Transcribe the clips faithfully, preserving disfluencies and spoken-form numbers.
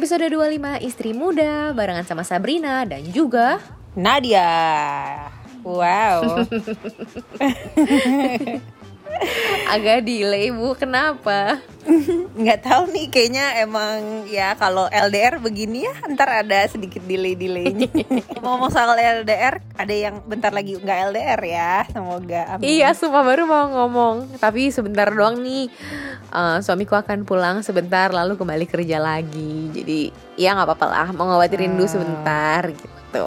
episode dua puluh lima Istri Muda barengan sama Sabrina dan juga Nadia. Wow. agak delay Bu, kenapa? Nggak tahu nih, kayaknya emang ya kalau L D R begini ya ntar ada sedikit delay-delaynya. Ngomong soal L D R, ada yang bentar lagi nggak L D R ya, semoga amin. Iya, sumpah baru mau ngomong, tapi sebentar doang nih. uh, Suamiku akan pulang sebentar lalu kembali kerja lagi. Jadi ya nggak apa-apa lah, mau ngobatin rindu Hmm. sebentar gitu.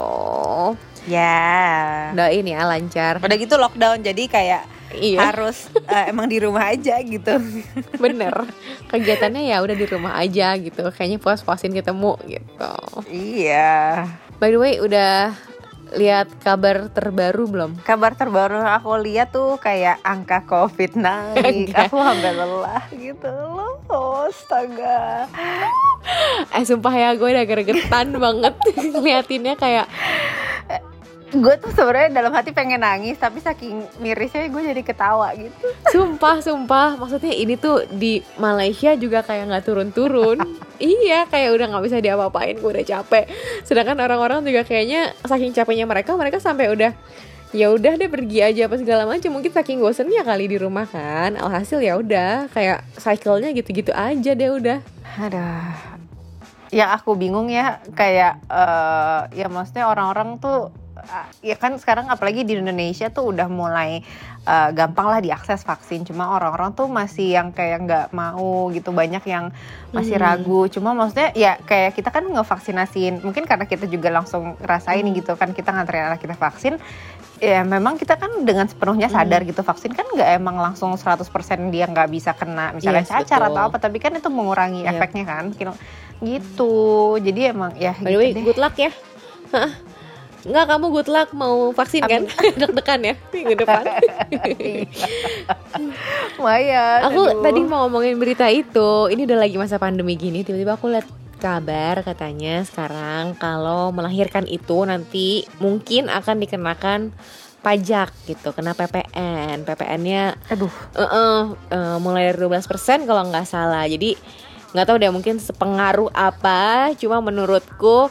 Ya. Doain ya lancar. Udah gitu lockdown, jadi kayak Iya, harus uh, emang di rumah aja gitu. bener. Kegiatannya ya udah di rumah aja gitu. Kayaknya puas-puasin ketemu gitu. Iya. By the way, udah lihat kabar terbaru belum? Kabar terbaru aku lihat tuh kayak angka COVID naik. Enggak. Aku hampir lelah gitu loh. Astaga. Eh sumpah ya, gue udah gregetan banget ngeliatinnya kayak Gue tuh sebenarnya dalam hati pengen nangis, tapi saking mirisnya gue jadi ketawa gitu. sumpah sumpah maksudnya ini tuh di Malaysia juga kayak nggak turun-turun. Iya, kayak udah nggak bisa diapa-apain, gue udah capek. Sedangkan orang-orang juga kayaknya saking capeknya mereka mereka sampai udah ya udah deh pergi aja apa segala macam. Mungkin saking bosennya kali di rumah kan. Alhasil ya udah kayak cycle-nya gitu-gitu aja deh udah. Aduh. Yang aku bingung ya kayak uh, ya maksudnya orang-orang tuh uh, ya kan sekarang apalagi di Indonesia tuh udah mulai uh, gampang lah diakses vaksin. Cuma orang-orang tuh masih yang kayak nggak mau gitu, banyak yang masih Hmm. ragu. Cuma maksudnya ya kayak kita kan ngevaksinasiin, mungkin karena kita juga langsung ngerasain Hmm. gitu kan, kita nganterin anak kita vaksin. Ya memang kita kan dengan sepenuhnya sadar gitu, vaksin kan nggak emang langsung seratus persen dia nggak bisa kena misalnya Yes, cacar betul. atau apa, tapi kan itu mengurangi Yep. efeknya kan gitu. Jadi emang ya By the gitu way, deh. good luck ya. Hah? Enggak, kamu good luck mau vaksin kan? Deg-degan ya minggu depan. Lumayan. Aku aduh. tadi mau ngomongin berita itu. Ini udah lagi masa pandemi gini, tiba-tiba aku lihat kabar katanya sekarang kalau melahirkan itu nanti mungkin akan dikenakan pajak gitu, kena P P N. P P N-nya Aduh. uh, uh, uh, mulai dari dua belas persen kalau nggak salah. Jadi nggak tahu deh mungkin sepengaruh apa. Cuma menurutku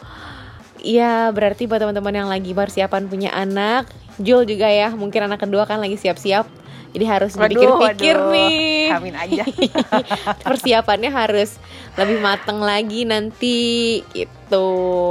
ya berarti buat teman-teman yang lagi persiapan punya anak, Jul juga ya, mungkin anak kedua kan lagi siap-siap. Jadi harus Waduh, dipikir-pikir waduh. nih. Amin aja. Persiapannya harus lebih matang lagi nanti gitu.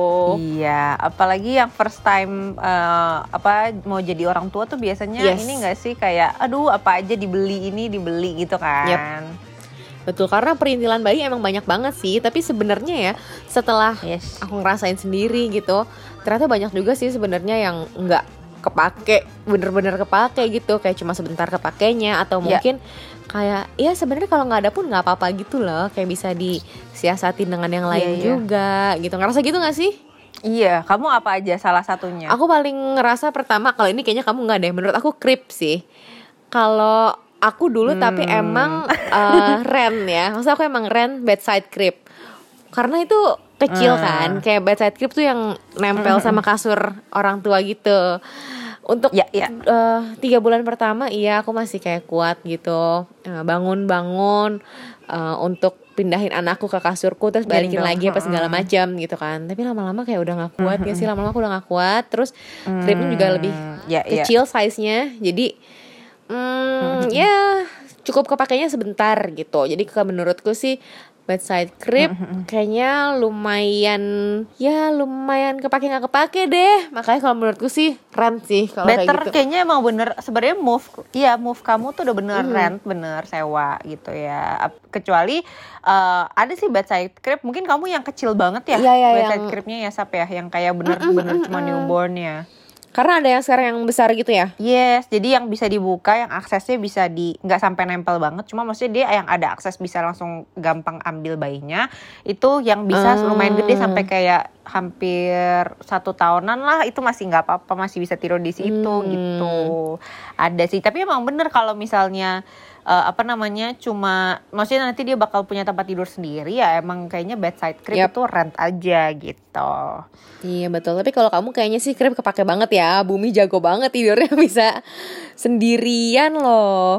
Iya, apalagi yang first time uh, apa mau jadi orang tua tuh biasanya Yes. ini nggak sih kayak aduh apa aja dibeli ini dibeli gitu kan. Yep. Betul, karena perintilan bayi emang banyak banget sih. Tapi sebenarnya ya setelah Yes. aku ngerasain sendiri gitu, ternyata banyak juga sih sebenarnya yang nggak kepake, bener-bener kepake gitu, kayak cuma sebentar kepakainya atau Ya. mungkin kayak ya sebenarnya kalau nggak ada pun nggak apa-apa gitu loh, kayak bisa disiasatin dengan yang lain Iya, iya. juga gitu. Ngerasa gitu nggak sih? Iya, kamu apa aja salah satunya? Aku paling ngerasa pertama, kalau ini kayaknya kamu nggak deh, menurut aku crib sih. Kalau aku dulu Hmm. tapi emang uh, rent ya, maksudnya aku emang rent bedside crib. Karena itu kecil Hmm. kan, kayak bedside crib tuh yang nempel sama kasur orang tua gitu. Untuk Ya, ya. uh, tiga bulan pertama iya aku masih kayak kuat gitu, uh, bangun-bangun uh, untuk pindahin anakku ke kasurku terus balikin Gendong, lagi apa segala heeh. macam gitu kan. Tapi lama-lama kayak udah nggak kuat ya sih, lama-lama aku udah nggak kuat. Terus cribnya juga lebih ya, ya. kecil size-nya, jadi hmm, ya cukup kepakainya sebentar gitu. Jadi ke menurutku sih bedside crib kayaknya lumayan, ya lumayan kepake nggak kepake deh. Makanya kalau menurutku sih rent sih kalau kayak Better gitu. kayaknya emang bener sebenarnya move, iya move kamu tuh udah bener Mhm. rent, bener sewa gitu ya. Ap- Kecuali eh, ada sih bedside crib, mungkin kamu yang kecil banget ya, Iya, iya, bedside yang- cribnya ya Sap ya, yang kayak bener-bener cuma newborn ya. Karena ada yang sekarang yang besar gitu ya. Yes, jadi yang bisa dibuka, yang aksesnya bisa di nggak sampai nempel banget, cuma maksudnya dia yang ada akses bisa langsung gampang ambil bayinya, itu yang bisa Hmm. lumayan gede sampai kayak hampir satu tahunan lah, itu masih nggak apa-apa, masih bisa tidur di situ Hmm. gitu. Ada sih, tapi emang bener kalau misalnya uh, apa namanya cuma maksudnya nanti dia bakal punya tempat tidur sendiri ya emang kayaknya bedside crib Yap. itu rent aja gitu. Iya betul, tapi kalau kamu kayaknya sih crib kepake banget ya. Bumi jago banget tidurnya bisa sendirian loh.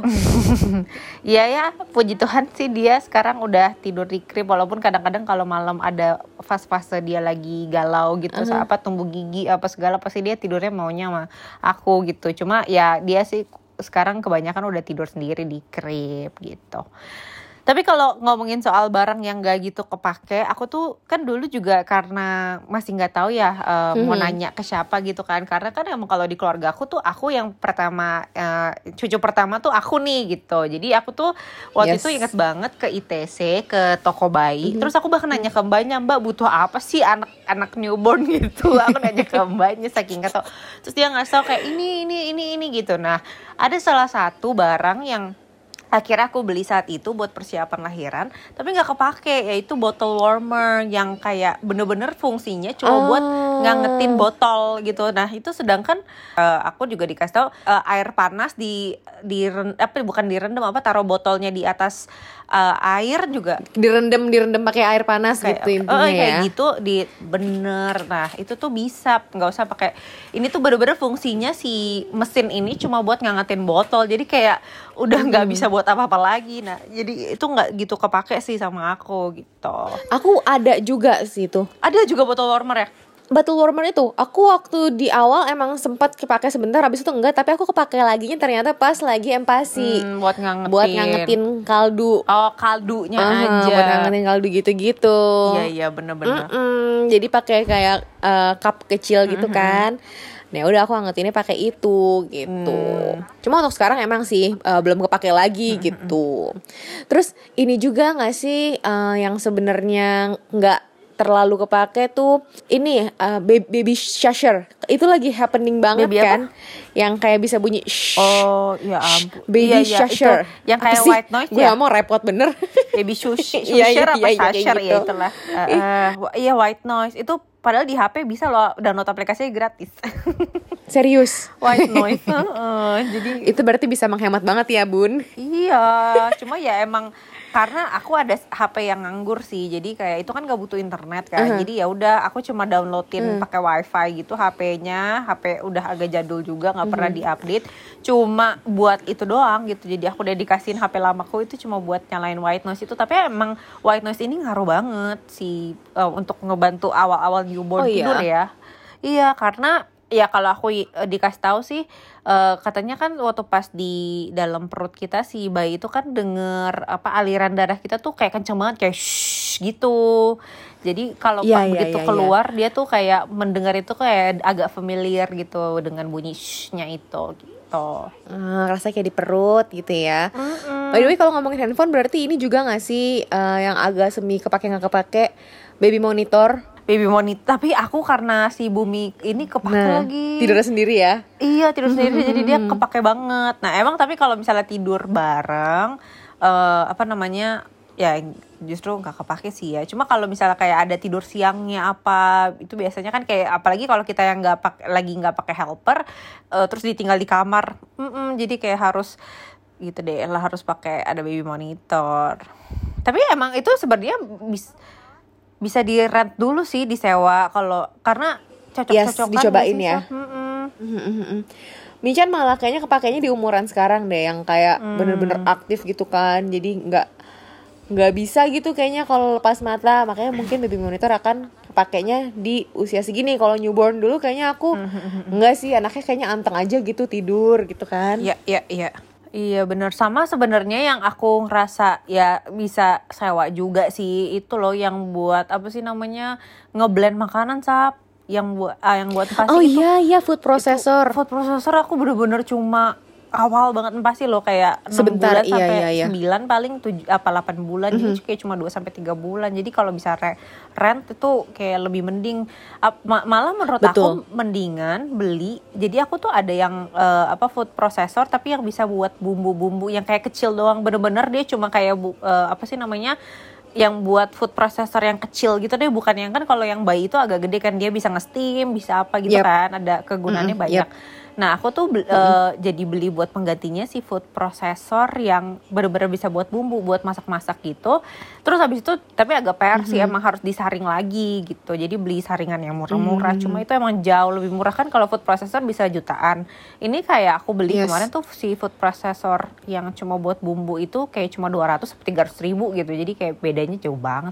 Iya ya, puji Tuhan sih dia sekarang udah tidur di crib walaupun kadang-kadang kalau malam ada fase-fase dia lagi galau gitu, Uh-huh. apa tumbuh gigi apa segala pasti dia tidurnya maunya sama aku gitu. Cuma ya dia sih sekarang kebanyakan udah tidur sendiri di crib gitu. Tapi kalau ngomongin soal barang yang gak gitu kepake, aku tuh kan dulu juga karena masih nggak tahu ya uh, mau Mhm. nanya ke siapa gitu kan. Karena kan emang kalau di keluarga aku tuh aku yang pertama uh, cucu pertama tuh aku nih gitu. Jadi aku tuh waktu Yes. itu ingat banget ke I T C ke toko bayi. Mhm. Terus aku bahkan nanya ke mbaknya, Mbak butuh apa sih anak-anak newborn gitu. Aku nanya ke mbaknya saking nggak tahu. Terus dia ngasih tau kayak ini ini ini ini gitu. Nah ada salah satu barang yang akhirnya aku beli saat itu buat persiapan lahiran tapi nggak kepake, yaitu bottle warmer yang kayak bener-bener fungsinya cuma buat Oh. ngangetin botol gitu. Nah itu sedangkan uh, aku juga dikasih tahu uh, air panas di di apa bukan direndam apa taruh botolnya di atas uh, air juga Direndam direndam pakai air panas kayak gitu intinya eh, kayak ya. gitu di bener. Nah itu tuh bisa nggak usah pakai ini tuh bener-bener fungsinya si mesin ini cuma buat ngangetin botol jadi kayak udah nggak Hmm. bisa buat apa-apa lagi. Nah jadi itu nggak gitu kepake sih sama aku gitu. Aku ada juga sih tuh. Ada juga botol warmer ya. Bottle warmer itu, aku waktu di awal emang sempat kepake sebentar, habis itu enggak, tapi aku kepake laginya ternyata pas lagi empasi, Hmm, buat ngangetin buat ngangetin kaldu. oh kaldunya Aha, aja buat ngangetin kaldu gitu-gitu. iya iya bener-bener. Mm-mm, jadi pakai kayak uh, cup kecil gitu kan. Nah udah aku ngangetinnya pakai itu gitu. Hmm. Cuma untuk sekarang emang sih uh, belum kepake lagi gitu. Terus ini juga nggak sih uh, yang sebenarnya nggak terlalu kepake tuh ini uh, baby, baby shower itu lagi happening banget Baby apa? kan, yang kayak bisa bunyi shh, Oh ya ampun. baby iya, iya, itu shower yang Apa kayak sih? white noise Gue ya. gak mau repot bener. Baby shush, Iya, iya, shusher apa iya, iya, kayak shusher gitu. ya itulah. Uh, uh, iya white noise itu padahal di H P bisa loh download aplikasinya gratis. Serius, White noise. uh, jadi itu berarti bisa menghemat banget ya bun. iya, cuma ya emang karena aku ada H P yang nganggur sih, jadi kayak itu kan gak butuh internet kan, Uh-huh. jadi ya udah aku cuma downloadin Hmm. pakai wifi gitu H P-nya, H P udah agak jadul juga, nggak pernah Mhm. diupdate, cuma buat itu doang gitu, jadi aku udah dikasihin H P lamaku itu cuma buat nyalain white noise itu, tapi emang white noise ini ngaruh banget sih uh, untuk ngebantu awal-awal newborn Oh, iya? tidur ya, iya karena ya kalau aku uh, dikasih tahu sih uh, katanya kan waktu pas di dalam perut kita si bayi itu kan denger apa aliran darah kita tuh kayak kenceng banget kayak shh gitu. Jadi kalau Iya, pa- iya, begitu iya, iya. keluar dia tuh kayak mendengar itu kayak agak familiar gitu dengan bunyi shh-nya itu gitu. Ah, rasanya kayak di perut gitu ya. Mm-mm. By the way kalau ngomongin handphone berarti ini juga gak sih uh, yang agak semi kepake gak kepake baby monitor. Baby monitor, tapi aku karena si Bumi ini kepake Nah lagi. tidurnya sendiri ya. Iya tidur sendiri jadi dia kepake banget. Nah emang tapi kalau misalnya tidur bareng eh apa namanya ya justru nggak kepake sih ya. Cuma kalau misalnya kayak ada tidur siangnya apa itu biasanya kan kayak apalagi kalau kita yang nggak pakai lagi nggak pakai helper eh, terus ditinggal di kamar. Mm-mm, jadi kayak harus gitu deh lah harus pakai ada baby monitor. Tapi emang itu sebenarnya bis, bisa di rent dulu sih disewa kalau karena cocok-cocokan Yes, dicobain nggak sih, ya. Saf? Mm-mm. Mm-mm. Michan malah kayaknya kepakainya di umuran sekarang deh, yang kayak Hmm. bener-bener aktif gitu kan, jadi nggak nggak bisa gitu kayaknya kalau lepas mata, makanya mungkin baby monitor akan kepakainya di usia segini. Kalau newborn dulu kayaknya aku nggak sih, anaknya kayaknya anteng aja gitu tidur gitu kan. Iya, iya, iya. Iya benar, sama sebenarnya yang aku ngerasa ya bisa sewa juga sih itu loh yang buat apa sih namanya ngeblend makanan Sap, yang buat ah, yang buat pasti Oh itu iya iya food processor. food processor aku bener-bener cuma awal banget pasti loh kayak enam Sebentar, bulan iya, sampai iya, iya. sembilan paling tujuh apa delapan bulan jadi kayak cuma dua sampai tiga bulan. Jadi kalau bisa re- rent itu kayak lebih mending. Ap- ma- malah menurut Betul. aku mendingan beli. Jadi aku tuh ada yang eh, apa food processor tapi yang bisa buat bumbu-bumbu yang kayak kecil doang. Bener-bener dia cuma kayak bu- eh, apa sih namanya? Yang buat food processor yang kecil gitu deh, bukan yang kan kalau yang bayi itu agak gede kan dia bisa nge-steam, bisa apa gitu Yep. kan, ada kegunaannya Mm-mm, banyak. yep. Nah aku tuh bel- eh, jadi beli buat penggantinya si food processor yang bener-bener bisa buat bumbu, buat masak-masak gitu. Terus habis itu tapi agak P R sih, Mhm. emang harus disaring lagi gitu. Jadi beli saringan yang murah-murah. Cuma Mhm. itu emang jauh lebih murah kan, kalau food processor bisa jutaan. Ini kayak aku beli kemarin Yes. tuh si food processor yang cuma buat bumbu itu kayak cuma dua ratus sampai tiga ratus ribu gitu. Jadi kayak bedanya jauh banget.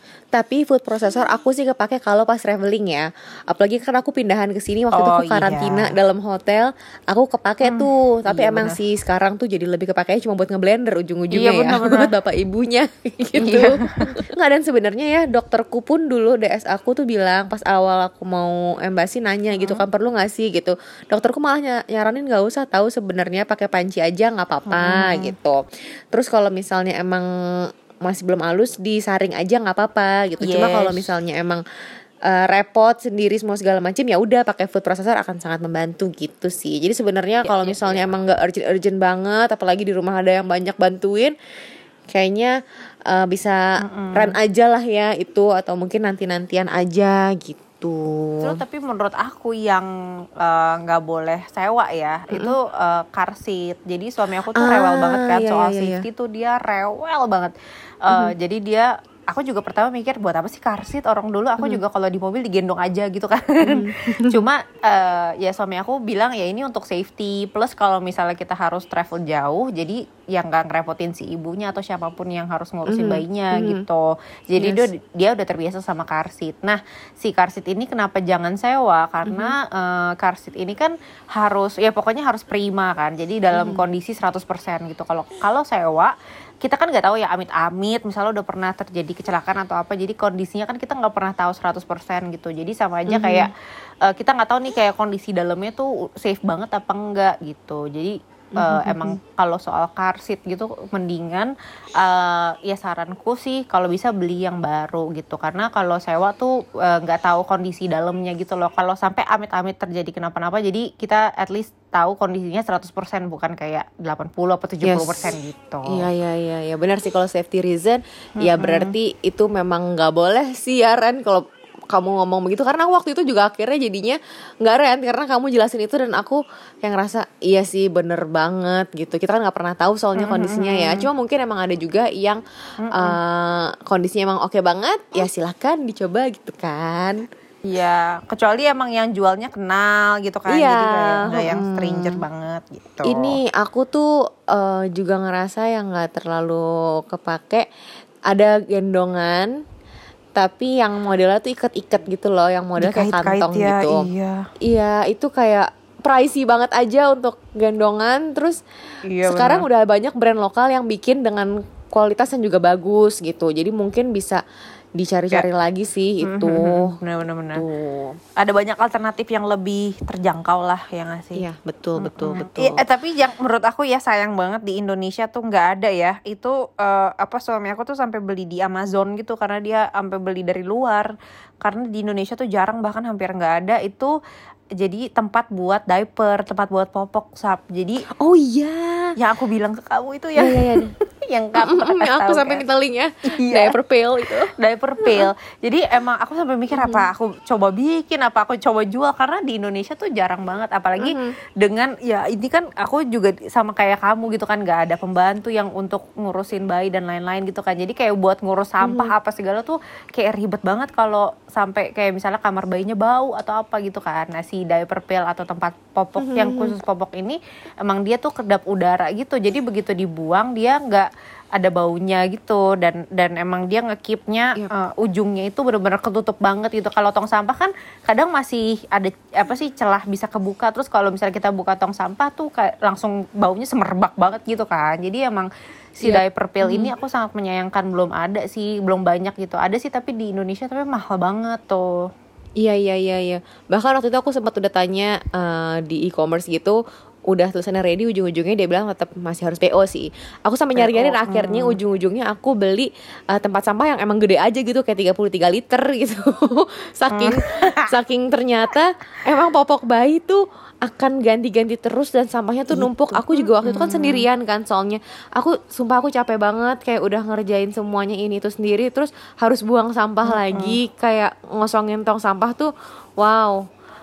Tapi food processor aku sih kepake kalau pas traveling ya. Apalagi kan aku pindahan ke sini waktu itu Oh aku karantina iya. dalam hotel, aku kepake Hmm, tuh. Tapi iya emang benar. sih sekarang tuh jadi lebih kepake cuma buat ngeblender Iya ujung-ujungnya ya, buat benar-benar. bapak ibunya gitu. Iya. Nggak, dan sebenarnya ya dokterku pun dulu D S aku tuh bilang pas awal aku mau embassy nanya gitu kan, Mm-mm. perlu nggak sih gitu. Dokterku malah ny- nyaranin nggak usah, tahu sebenarnya pakai panci aja nggak apa-apa Mm-mm. gitu. Terus kalau misalnya emang masih belum halus disaring aja nggak apa-apa gitu. Cuma kalau Yes. misalnya emang eh, repot sendiri semua segala macam, ya udah pakai food processor akan sangat membantu gitu sih. Jadi sebenarnya Ya, kalau ya, misalnya ya. emang nggak urgent-urgent banget, apalagi di rumah ada yang banyak bantuin, kayaknya eh, bisa rent Mm-mm. aja lah ya itu, atau mungkin nanti-nantian aja gitu. Terus tapi menurut aku yang eh, nggak boleh sewa ya itu Mm-mm. eh, car seat. Jadi suami aku tuh rewel banget Ah, kan ya ya soal ya ya. safety tuh, dia rewel banget. Eh, Mhm, jadi dia aku juga pertama mikir buat apa sih car seat, orang dulu aku mhm, juga kalau di mobil digendong aja gitu kan. mhm. Cuma eh, ya suami aku bilang ya ini untuk safety, plus kalau misalnya kita harus travel jauh jadi yang nggak ngerepotin si ibunya atau siapapun yang harus ngurusin Mhm, bayinya mhm. gitu. Jadi dia Yes. dia udah terbiasa sama car seat. Nah, si car seat ini kenapa jangan sewa? Karena Mhm, eh, car seat ini kan harus, ya pokoknya harus prima kan. Jadi dalam mhm, kondisi seratus persen gitu. Kalau kalau sewa kita kan nggak tahu ya, amit-amit misalnya udah pernah terjadi kecelakaan atau apa, jadi kondisinya kan kita nggak pernah tahu seratus persen gitu. Jadi sama aja kayak mhm, eh, kita nggak tahu nih kayak kondisi dalamnya tuh safe banget apa enggak gitu. Jadi eh, emang mhm. kalau soal car seat gitu mendingan eh, ya saranku sih kalau bisa beli yang baru gitu, karena kalau sewa tuh eh, nggak tahu kondisi dalamnya gitu loh. Kalau sampai amit-amit terjadi kenapa-napa, jadi kita at least tahu kondisinya seratus persen, bukan kayak delapan puluh atau tujuh puluh persen Yes. gitu. Iya iya iya ya, benar sih kalau safety reason ya Mm-mm. berarti itu memang nggak boleh sih ya Ren, kalau kamu ngomong begitu. Karena waktu itu juga akhirnya jadinya nggak Ren, karena kamu jelasin itu dan aku yang ngerasa iya sih bener banget gitu. Kita kan nggak pernah tahu soalnya kondisinya ya. Mm-mm. Cuma mungkin emang ada juga yang Mm-mm. eh, kondisinya emang oke banget, ya silahkan dicoba gitu kan. Iya, kecuali emang yang jualnya kenal gitu kan, Iya, jadi kayak nggak yang stranger mm. banget gitu. Ini aku tuh eh, juga ngerasa yang nggak terlalu kepake, ada gendongan tapi yang modelnya tuh iket-iket gitu loh, yang model kayak Dikait-kait kantong ya, gitu. iya. Iya, itu kayak pricey banget aja untuk gendongan. Terus Iya sekarang benar. udah banyak brand lokal yang bikin dengan kualitas yang juga bagus gitu. Jadi mungkin bisa dicari-cari Kayak lagi sih itu. benar-benar. Tuh. Ada banyak alternatif yang lebih terjangkau lah ya nggak sih? Iya, betul betul Mm-mm. betul. Iya, eh, tapi yang menurut aku ya sayang banget di Indonesia tuh nggak ada ya. Itu eh, apa suami aku tuh sampai beli di Amazon gitu, karena dia sampai beli dari luar. Karena di Indonesia tuh jarang, bahkan hampir nggak ada itu. Jadi tempat buat diaper, tempat buat popok sap. Jadi Oh iya. yang aku bilang ke kamu itu Iya ya, iya iya. yang kamu pernah kasih Aku tahu sampai kan? minta link ya. Iya. Diaper pail itu. Diaper pail. Jadi emang aku sampai mikir apa aku coba bikin, apa aku coba jual, karena di Indonesia tuh jarang banget, apalagi Mhm. dengan ya ini kan aku juga sama kayak kamu gitu kan, nggak ada pembantu yang untuk ngurusin bayi dan lain-lain gitu kan. Jadi kayak buat ngurus sampah apa segala tuh kayak ribet banget kalau sampai kayak misalnya kamar bayinya bau atau apa gitu kan. Nah, si diaper pail atau tempat popok yang khusus popok ini emang dia tuh kedap udara gitu. Jadi begitu dibuang dia nggak ada baunya gitu, dan dan emang dia ngekipnya Yap. uh, ujungnya itu benar-benar ketutup banget gitu. Kalau tong sampah kan kadang masih ada apa sih celah bisa kebuka, terus kalau misalnya kita buka tong sampah tuh kayak langsung baunya semerbak banget gitu kan. Jadi emang si Yap. diaper pail ini aku sangat menyayangkan belum ada sih, belum banyak gitu. Ada sih tapi di Indonesia tapi mahal banget tuh. Iya iya iya iya. Bahkan waktu itu aku sempat udah tanya eh, di e-commerce gitu, udah tulisannya ready, ujung-ujungnya dia bilang tetap masih harus P O sih. Aku sampai P O, nyari-nyari, akhirnya hmm. ujung-ujungnya aku beli eh, tempat sampah yang emang gede aja gitu, kayak tiga puluh tiga liter gitu. Saking saking ternyata emang popok bayi tuh akan ganti-ganti terus dan sampahnya tuh numpuk. Aku juga waktu itu kan sendirian kan, soalnya aku sumpah aku capek banget, kayak udah ngerjain semuanya ini tuh sendiri, terus harus buang sampah lagi, kayak ngosongin tong sampah tuh wow.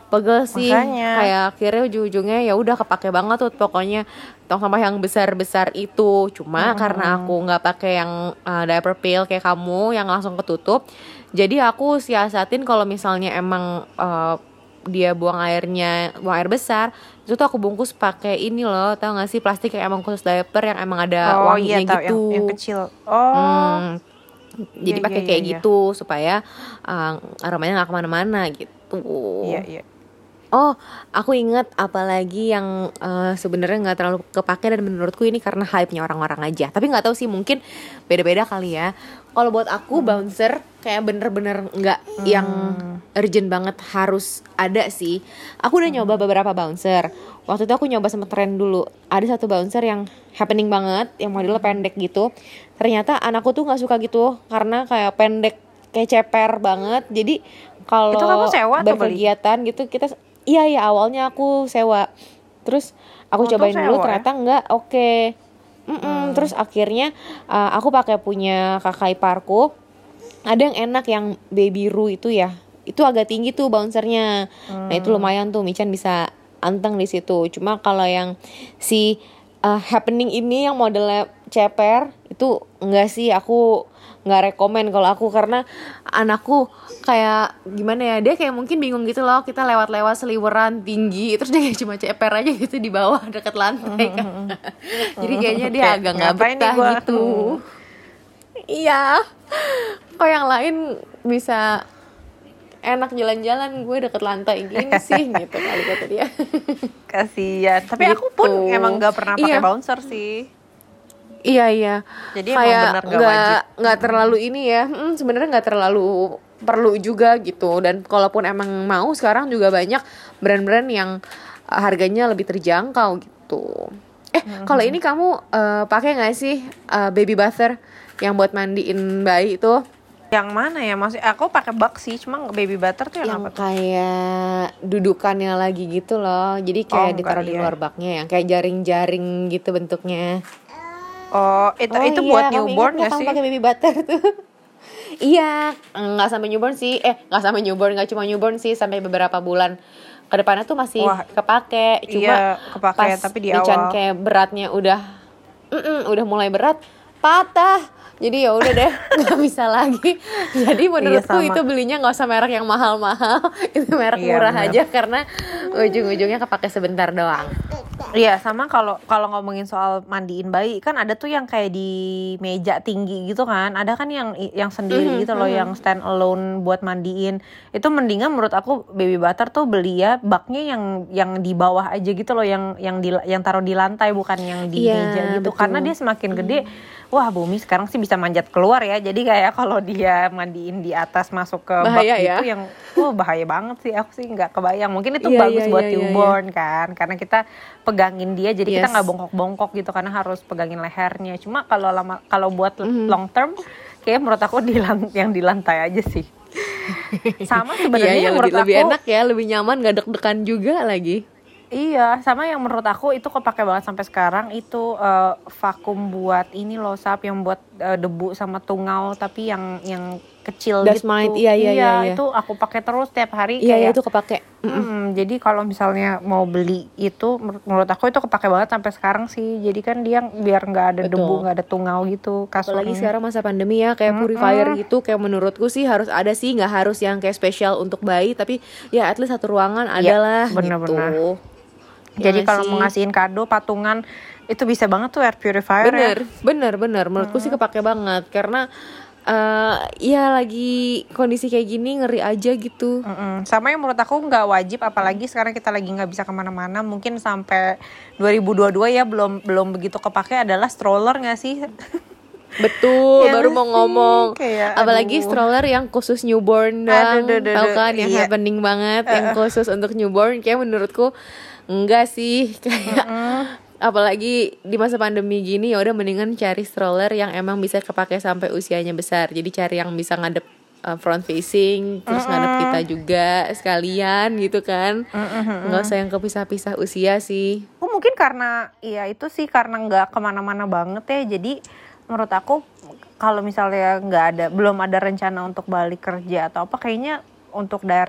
pegel sih. Makanya. Kayak akhirnya ujung-ujungnya ya udah kepake banget tuh pokoknya tong sampah yang besar-besar itu. Cuma Mm-mm. karena aku nggak pakai yang uh, diaper pail kayak kamu yang langsung ketutup, jadi aku siasatin kalau misalnya emang uh, dia buang airnya buang air besar, itu tuh aku bungkus pakai ini loh, tau gak sih, plastik yang emang khusus diaper yang emang ada Oh wanginya iya tahu gitu. yang, yang kecil. Oh. Hmm, jadi Iya, pakai iya, kayak iya, iya. gitu supaya uh, aromanya nggak kemana-mana gitu. Iya, iya. Oh, aku inget apalagi yang uh, sebenarnya nggak terlalu kepake dan menurutku ini karena hype-nya orang-orang aja. Tapi nggak tahu sih, mungkin beda-beda kali ya. Kalau buat aku Hmm. bouncer kayak bener-bener nggak Hmm. yang urgent banget harus ada sih. Aku udah nyoba beberapa bouncer. Waktu itu aku nyoba sama tren dulu. Ada satu bouncer yang happening banget, yang modelnya pendek gitu. Ternyata anakku tuh nggak suka gitu karena kayak pendek, kayak ceper banget. Jadi kalau Itu kamu sewa atau beli? berkegiatan gitu kita, iya iya awalnya aku sewa. Terus aku Untung cobain dulu sewa ya? ternyata enggak oke. Mm-mm. Terus akhirnya uh, aku pakai punya kakak iparku. Ada yang enak yang baby ru itu ya. Itu agak tinggi tuh bouncernya. Nah itu lumayan tuh Michan bisa anteng di situ. Cuma kalau yang si uh, happening ini yang modelnya ceper itu enggak sih, aku nggak rekomen kalau aku, karena anakku kayak gimana ya, dia kayak mungkin bingung gitu loh, kita lewat-lewat seliweran tinggi terus dia kayak cuma ceper aja gitu di bawah deket lantai kan. Jadi kayaknya dia Kayak, agak nggak ngapain nih betah gua? gitu. Iya, kok yang lain bisa enak jalan-jalan, gue deket lantai gini sih gitu kali kata dia. Kasian. Tapi Gitu. aku pun emang gak pernah pakai Iya. bouncer sih. Iya iya. Jadi emang kayak bener nggak nggak wajib. nggak terlalu ini ya. Hmm, sebenarnya nggak terlalu perlu juga gitu. Dan kalaupun emang mau, sekarang juga banyak brand-brand yang uh, harganya lebih terjangkau gitu. Eh Mm-hmm. kalau ini kamu uh, pakai nggak sih uh, baby butter yang buat mandiin bayi itu? Yang mana ya? Maksud aku pakai bak sih, cuma baby butter tuh yang, Yang apa tuh? kayak dudukannya lagi gitu loh. Jadi Oh, kayak enggak, ditaruh di iya. luar baknya, yang kayak jaring-jaring gitu bentuknya. Oh, itu Oh itu iya, buat kamu newborn ingat nggak gak kamu sih? pakai baby butter tuh? Iya, nggak sampai newborn sih. Eh, nggak sampai newborn, nggak cuma newborn sih, sampai beberapa bulan ke depannya tuh masih Wah, kepake. Cuma iya, kepake, pas tapi di Michan awal. kayak beratnya udah, mm-mm, udah mulai berat, patah. Jadi ya udah deh, nggak bisa lagi. Jadi menurutku sama. itu belinya nggak usah merek yang mahal-mahal, itu merek Iya, murah bener. aja karena ujung-ujungnya kepake sebentar doang. Iya, sama kalau kalau ngomongin soal mandiin bayi kan ada tuh yang kayak di meja tinggi gitu kan. Ada kan yang yang sendiri Mhm, gitu loh, mhm. yang stand alone buat mandiin. Itu mendingan menurut aku baby butter tuh beli ya baknya yang yang di bawah aja gitu loh, yang yang di yang taruh di lantai, bukan yang di Iya, meja gitu. betul. Karena dia semakin gede, wah Bumi sekarang sih bisa manjat keluar ya. Jadi kayak kalau dia mandiin di atas masuk ke Bahaya bak ya? gitu yang wah bahaya banget sih. Aku sih nggak kebayang. Mungkin itu Iya, bagus iya, buat iya, iya, newborn kan, karena kita pegangin dia jadi kita Yes. nggak bongkok-bongkok gitu karena harus pegangin lehernya. Cuma kalau lama kalau buat Mhm. long term kayak menurut aku di lan- yang di lantai aja sih. Sama sebenarnya Iya, iya, yang lebih, menurut lebih aku enak ya, lebih nyaman, gak deg-degan juga lagi. iya, sama yang menurut aku itu kepake banget sampai sekarang itu eh, vakum buat ini loh Sap, yang buat eh, debu sama tungau tapi yang yang kecil Dust gitu. mite, iya, iya, iya, iya. Itu aku pakai terus tiap hari Iya, iya, kayak itu kepake. Mm-mm. Mm, jadi kalau misalnya mau beli itu menur- menurut aku itu kepake banget sampai sekarang sih. Jadi kan dia biar nggak ada Betul. debu, nggak ada tungau gitu kasurnya. Apalagi sekarang masa pandemi ya, kayak purifier gitu, kayak menurutku sih harus ada sih, nggak harus yang kayak spesial untuk bayi, tapi ya at least satu ruangan Iya, adalah bener-bener. gitu. Jadi Ya kalau sih? mau ngasihin kado patungan itu bisa banget tuh air purifier Bener, ya. bener, bener. Menurutku sih kepake banget karena eh ya lagi kondisi kayak gini ngeri aja gitu. Mm-mm. Sama yang menurut aku nggak wajib, apalagi sekarang kita lagi nggak bisa kemana-mana, mungkin sampai dua ribu dua puluh dua ya belum belum begitu kepake adalah stroller nggak sih? Betul, Ya baru nggak mau sih? ngomong. Kayak, Apalagi aduh. stroller yang khusus newborn Aduh, doang, duh, duh, tahu duh, kan, yang iya. happening banget, yang khusus untuk newborn. Kayak menurutku enggak sih, kayak apalagi di masa pandemi gini ya udah mendingan cari stroller yang emang bisa kepake sampai usianya besar. Jadi cari yang bisa ngadep uh, front facing, terus ngadep kita juga sekalian gitu kan. Nggak usah yang kepisah-pisah usia sih. Oh, mungkin karena ya itu sih karena nggak kemana-mana banget ya, jadi menurut aku kalau misalnya nggak ada belum ada rencana untuk balik kerja atau apa, kayaknya untuk direct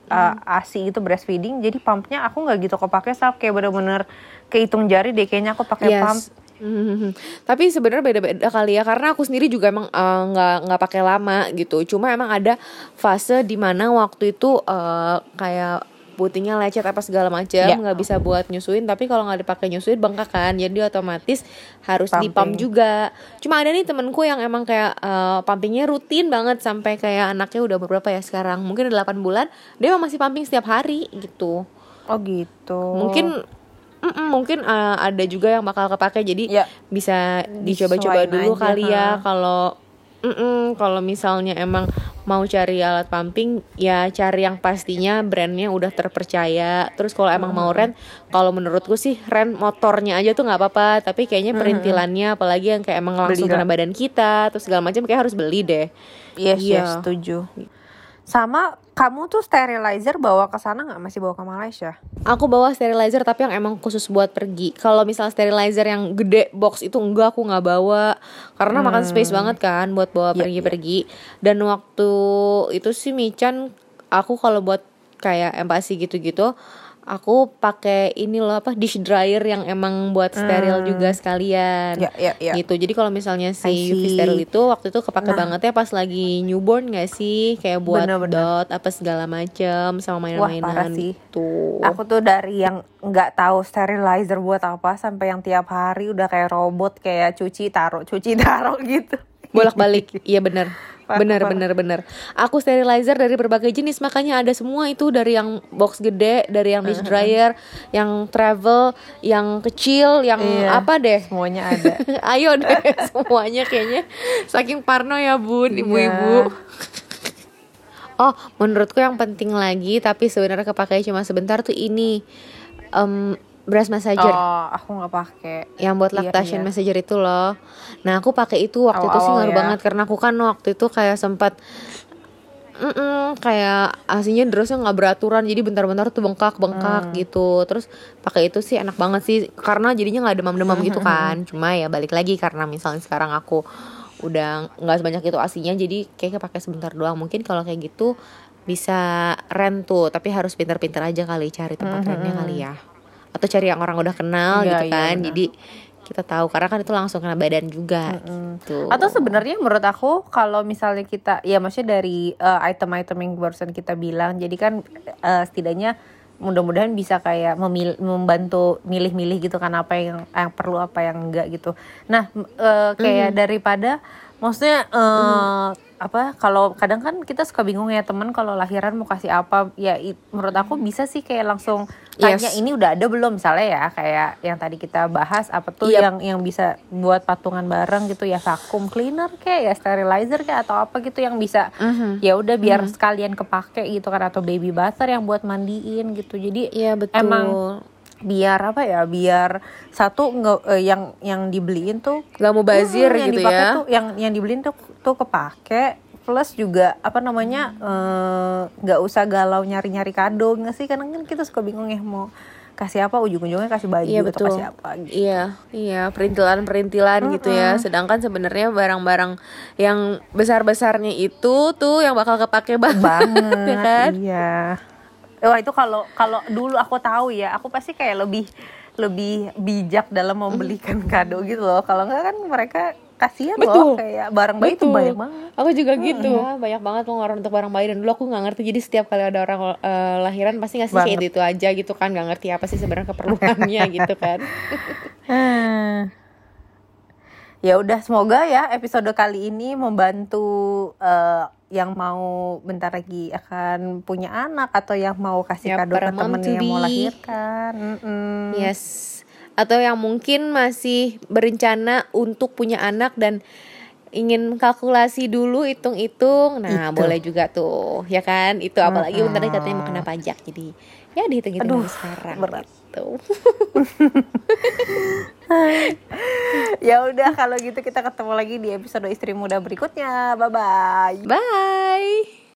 uh, ASI itu breastfeeding, jadi pumpnya aku nggak gitu kepake, Sab, kayak bener-bener kehitung jari deh kayaknya aku pakai Yes. pump. Mhm. Tapi sebenarnya beda-beda kali ya, karena aku sendiri juga emang eh, nggak nggak pakai lama gitu. Cuma emang ada fase di mana waktu itu eh, kayak putihnya lecet apa segala macam, Ya. nggak bisa buat nyusuin. Tapi kalau nggak dipakai nyusuin bengkak kan, jadi otomatis harus Pumping. dipump juga. Cuma ada nih temenku yang emang kayak eh, pumpingnya rutin banget sampai kayak anaknya udah berapa ya sekarang, mungkin delapan bulan, dia emang masih pumping setiap hari gitu. Oh gitu. Mungkin mm-mm, mungkin uh, ada juga yang bakal kepake, jadi Ya. bisa dicoba-coba Disesuaiin dulu aja, kali ya. ha. Kalau mm-mm, kalau misalnya emang mau cari alat pumping, ya cari yang pastinya brandnya udah terpercaya. Terus kalau emang mau rent, kalau menurutku sih rent motornya aja tuh nggak apa-apa, tapi kayaknya perintilannya, apalagi yang kayak emang langsung Beli kena lah. badan kita terus segala macam, kayak harus beli deh. Yes, Iya. yes, setuju. Sama kamu tuh sterilizer bawa ke sana nggak? Masih bawa ke Malaysia? Aku bawa sterilizer tapi yang emang khusus buat pergi. Kalau misal sterilizer yang gede box itu enggak, aku nggak bawa karena makan space banget kan buat bawa Iya, pergi-pergi. Dan waktu itu sih Michan, aku kalau buat kayak empasi gitu-gitu, aku pakai ini loh apa dish dryer yang emang buat steril juga sekalian. Ya, ya, ya. Gitu. Jadi kalau misalnya I si U V see. steril itu waktu itu kepake Nah. banget ya pas lagi newborn gak sih? Kayak buat Bener-bener. dot apa segala macem sama Wah, mainan-mainan parah sih. gitu. Aku tuh dari yang nggak tahu sterilizer buat apa sampai yang tiap hari udah kayak robot, kayak cuci taruh cuci taruh gitu. Bolak-balik. Iya benar. Parah, Benar parah. benar benar. Aku sterilizer dari berbagai jenis, makanya ada semua itu, dari yang box gede, dari yang dish dryer, yang travel, yang kecil, yang Iya. apa deh. Semuanya ada. Ayo deh semuanya kayaknya. Saking parno ya Bun, ibu-ibu. Oh, menurutku yang penting lagi tapi sebenarnya kepakai cuma sebentar tuh ini em, breast massager. Oh, aku nggak pakai. Yang buat Iya, lactation iya. massager itu loh. Nah aku pakai itu waktu itu sih Awal-awal ngaruh ya. banget, karena aku kan waktu itu kayak sempat mm kayak asinya derasnya nggak beraturan, jadi bentar-bentar tuh bengkak-bengkak gitu. Terus pakai itu sih enak banget sih, karena jadinya nggak demam-demam gitu kan. Cuma ya balik lagi karena misalnya sekarang aku udah nggak sebanyak itu asinya, jadi kayak pakai sebentar doang. Mungkin kalau kayak gitu bisa rent tuh, tapi harus pintar-pintar aja kali cari tempat rentnya kali ya. Atau cari yang orang udah kenal Iya, gitu iya, kan, benar. jadi kita tahu karena kan itu langsung kena badan juga gitu. Atau sebenarnya menurut aku kalau misalnya kita, ya maksudnya dari uh, item-item yang barusan kita bilang, jadi kan uh, setidaknya mudah-mudahan bisa kayak memil- membantu milih-milih gitu kan, apa yang yang perlu apa yang enggak gitu. Nah m- uh, kayak daripada maksudnya uh, apa, kalau kadang kan kita suka bingung ya temen kalau lahiran mau kasih apa ya, i- menurut aku bisa sih kayak langsung tanya Yes. ini udah ada belum, misalnya ya kayak yang tadi kita bahas apa tuh Yep. yang yang bisa buat patungan bareng gitu ya, vacuum cleaner kayak ya sterilizer kayak atau apa gitu yang bisa ya udah biar sekalian kepake gitu kan, atau baby butter yang buat mandiin gitu. Jadi Iya betul. emang biar apa ya, biar satu nggak eh, yang yang dibeliin tuh Gak mau bazir Hmm, yang gitu dipakai ya. tuh, yang yang dibeliin tuh tuh kepake, plus juga apa namanya eh, nggak usah galau nyari-nyari kado nggak sih, kadang kan kita suka bingung ya mau kasih apa, ujung-ujungnya kasih baju Iya atau betul. kasih apa gitu. Iya, iya perintilan-perintilan gitu ya. Sedangkan sebenarnya barang-barang yang besar-besarnya itu tuh yang bakal kepake banget, Banget ya kan? iya. Wah itu kalau kalau dulu aku tahu ya, aku pasti kayak lebih lebih bijak dalam membelikan kado gitu loh. Kalau enggak kan mereka kasihan Betul. loh, kayak barang bayi itu Betul. banyak banget. Aku juga gitu. Ya, banyak banget pengeluaran untuk barang bayi, dan dulu aku nggak ngerti. Jadi setiap kali ada orang eh, lahiran pasti ngasih kayak Banget. itu aja gitu kan, nggak ngerti apa sih sebenarnya keperluannya gitu kan. Hmm. Ya udah, semoga ya episode kali ini membantu eh, yang mau bentar lagi akan punya anak, atau yang mau kasih Ya, kado para ke mom temen to yang mau be. lahirkan. Mm-mm. Yes. Atau yang mungkin masih berencana untuk punya anak dan ingin kalkulasi dulu, hitung-hitung. Nah, Itu. boleh juga tuh, ya kan? Itu apalagi bentar lagi katanya mau kena pajak. Jadi, ya dihitung-hitung Aduh, dari sekarang berat. gitu. Ya udah kalau gitu kita ketemu lagi di episode Istri Muda berikutnya. Bye bye. Bye.